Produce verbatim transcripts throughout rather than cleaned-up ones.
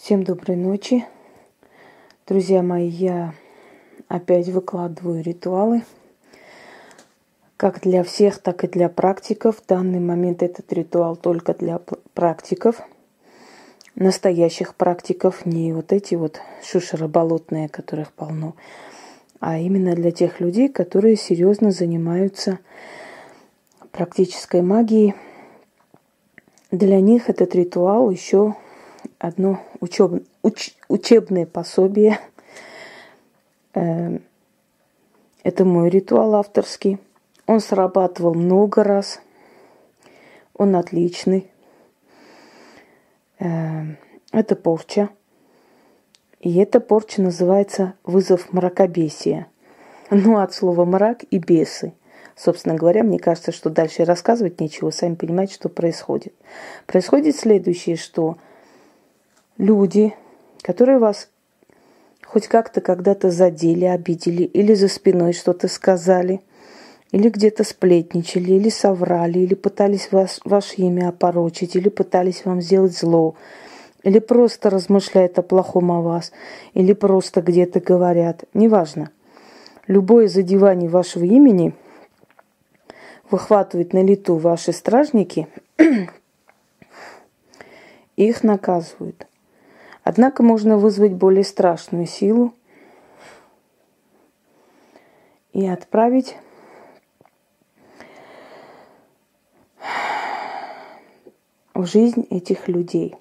Всем доброй ночи. Друзья мои, я опять выкладываю ритуалы. Как для всех, так и для практиков. В данный момент этот ритуал только для практиков. Настоящих практиков. Не вот эти вот шушеры-болотные, которых полно. А именно для тех людей, которые серьезно занимаются практической магией. Для них этот ритуал еще одно учеб... уч... учебное пособие. Это мой ритуал авторский. Он срабатывал много раз. Он отличный. Это порча. И эта порча называется вызов мракобесия. Ну, от слова мрак и бесы. Собственно говоря, мне кажется, что дальше рассказывать нечего. Сами понимаете, что происходит. Происходит следующее, что люди, которые вас хоть как-то когда-то задели, обидели, или за спиной что-то сказали, или где-то сплетничали, или соврали, или пытались вас, ваше имя опорочить, или пытались вам сделать зло, или просто размышляют о плохом о вас, или просто где-то говорят, неважно. Любое задевание вашего имени выхватывают на лету ваши стражники, и их наказывают. Однако можно вызвать более страшную силу и отправить в жизнь этих людей.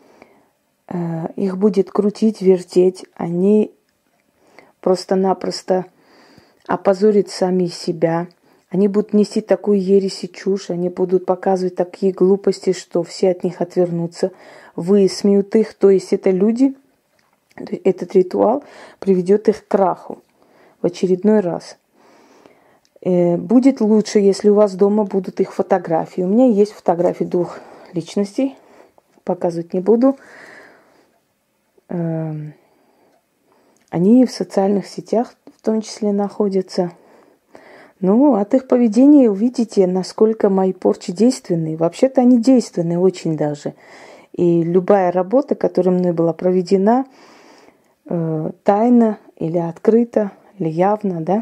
Их будет крутить, вертеть, они просто-напросто опозорят сами себя. Они будут нести такую ересь и чушь, они будут показывать такие глупости, что все от них отвернутся, высмеют их. То есть это люди, этот ритуал приведет их к краху в очередной раз. Будет лучше, если у вас дома будут их фотографии. У меня есть фотографии двух личностей, показывать не буду. Они в социальных сетях в том числе находятся. Ну, от их поведения увидите, насколько мои порчи действенны. Вообще-то они действенны очень даже. И любая работа, которая мной была проведена, э, тайно или открыто, или явно, да,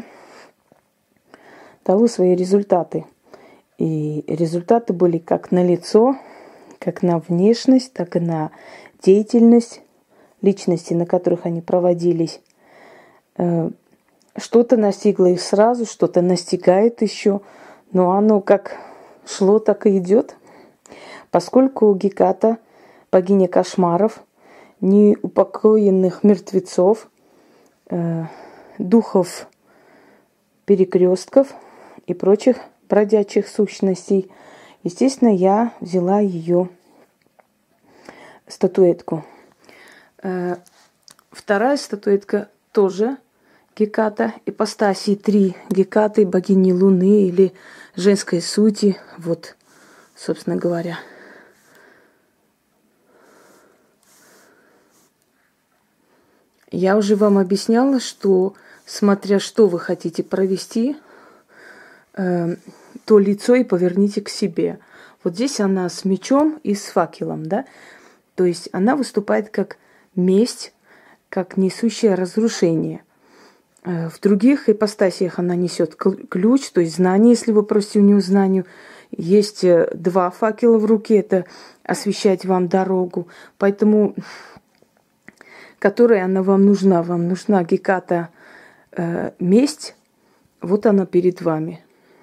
дала свои результаты. И результаты были как на лицо, как на внешность, так и на деятельность личности, на которых они проводились. Э, Что-то настигло их сразу, что-то настигает еще, но оно как шло, так и идет. Поскольку Геката, богиня кошмаров, неупокоенных мертвецов, э, духов перекрестков и прочих бродячих сущностей, естественно, я взяла ее статуэтку. Э, вторая статуэтка тоже Геката, ипостаси три Гекаты, богини Луны или женской сути. Вот, собственно говоря. Я уже вам объясняла, что смотря что вы хотите провести, э, то лицо и поверните к себе. Вот здесь она с мечом и с факелом, да? То есть она выступает как месть, как несущее разрушение. В других ипостасиях она несет ключ, то есть знание, если вы просите у нее знанию. Есть два факела в руке, это освещать вам дорогу. Поэтому, которая она вам нужна? Вам нужна Геката э, месть, вот она перед вами.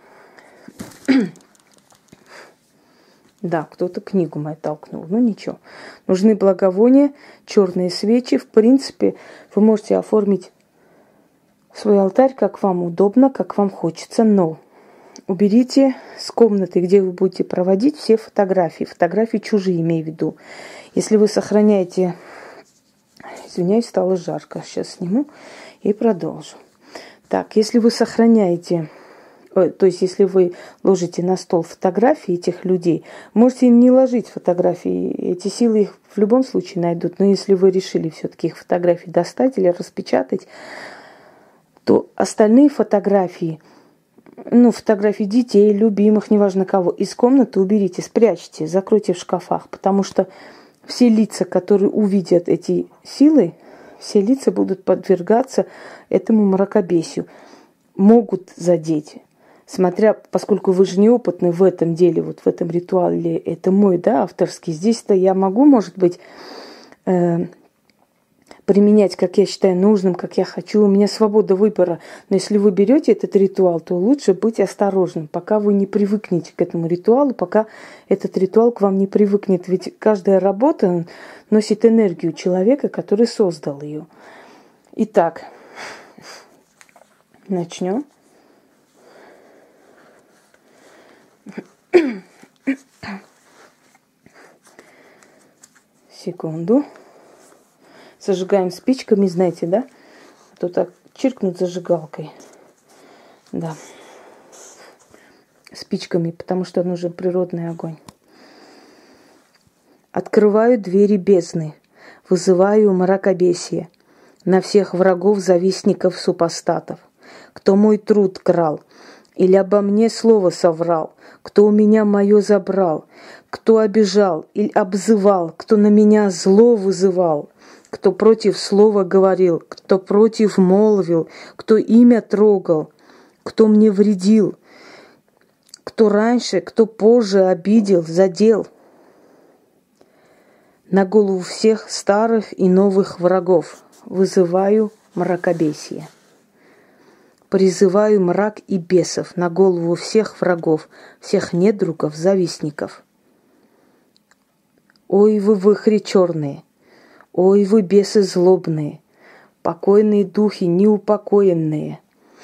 Да, кто-то книгу мою толкнул, ну ничего. Нужны благовония, черные свечи. В принципе, вы можете оформить свой алтарь, как вам удобно, как вам хочется, но уберите с комнаты, где вы будете проводить, все фотографии. Фотографии чужие, имею в виду. Если вы сохраняете... Извиняюсь, стало жарко. Сейчас сниму и продолжу. Так, если вы сохраняете... То есть, если вы ложите на стол фотографии этих людей, можете не ложить фотографии. Эти силы их в любом случае найдут. Но если вы решили все-таки их фотографии достать или распечатать, то остальные фотографии, ну, фотографии детей, любимых, неважно кого, из комнаты уберите, спрячьте, закройте в шкафах, потому что все лица, которые увидят эти силы, все лица будут подвергаться этому мракобесию. Могут задеть. Смотря, поскольку вы же неопытны в этом деле, вот в этом ритуале, это мой, да, авторский. Здесь-то я могу, может быть, э, применять, как я считаю нужным, как я хочу. У меня свобода выбора. Но если вы берете этот ритуал, то лучше быть осторожным, пока вы не привыкнете к этому ритуалу, пока этот ритуал к вам не привыкнет. Ведь каждая работа носит энергию человека, который создал ее. Итак, начнем. Секунду. Зажигаем спичками, знаете, да? А то так чиркнут зажигалкой. Да. Спичками, потому что нужен природный огонь. Открываю двери бездны, вызываю мракобесие на всех врагов, завистников, супостатов. Кто мой труд крал, или обо мне слово соврал, кто у меня мое забрал, кто обижал или обзывал, кто на меня зло вызывал, кто против слова говорил, кто против молвил, кто имя трогал, кто мне вредил, кто раньше, кто позже обидел, задел. На голову всех старых и новых врагов вызываю мракобесие. Призываю мрак и бесов на голову всех врагов, всех недругов, завистников. Ой, вы вихри черные, ой, вы бесы злобные, покойные духи неупокоенные.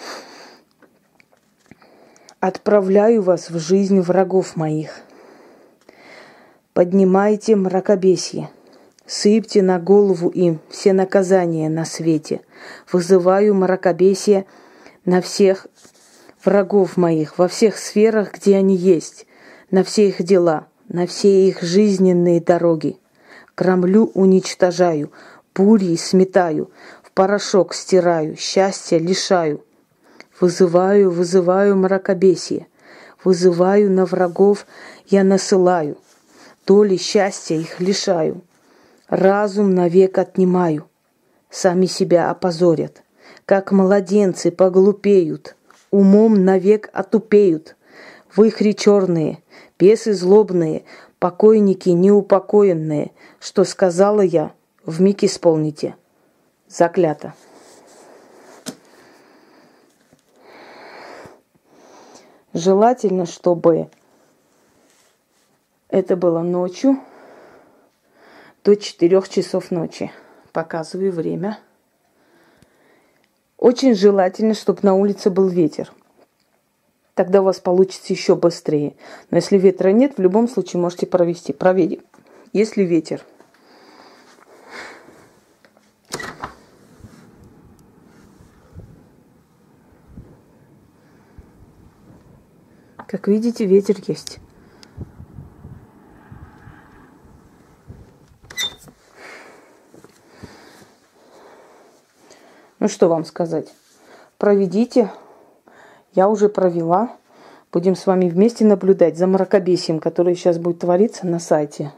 Отправляю вас в жизнь врагов моих. Поднимайте мракобесие, сыпьте на голову им все наказания на свете. Вызываю мракобесие на всех врагов моих, во всех сферах, где они есть, на все их дела, на все их жизненные дороги. Громлю, уничтожаю, бурей сметаю, в порошок стираю, счастья лишаю. Вызываю, вызываю мракобесие, вызываю на врагов, я насылаю, доли счастья их лишаю, разум навек отнимаю, сами себя опозорят. Как младенцы поглупеют, умом навек отупеют. Вихри черные, бесы злобные, покойники неупокоенные. Что сказала я, вмиг исполните. Заклято. Желательно, чтобы это было ночью, до четырех часов ночи. Показываю время. Очень желательно, чтобы на улице был ветер. Тогда у вас получится еще быстрее. Но если ветра нет, в любом случае можете провести. Проверим, есть ли ветер. Как видите, ветер есть. Ну что вам сказать? Проведите. Я уже провела. Будем с вами вместе наблюдать за мракобесием, которое сейчас будет твориться на сайте.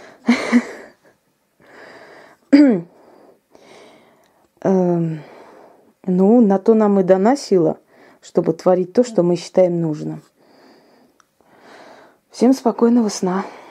Ну, на то нам и дана сила, чтобы творить то, что мы считаем нужным. Всем спокойного сна.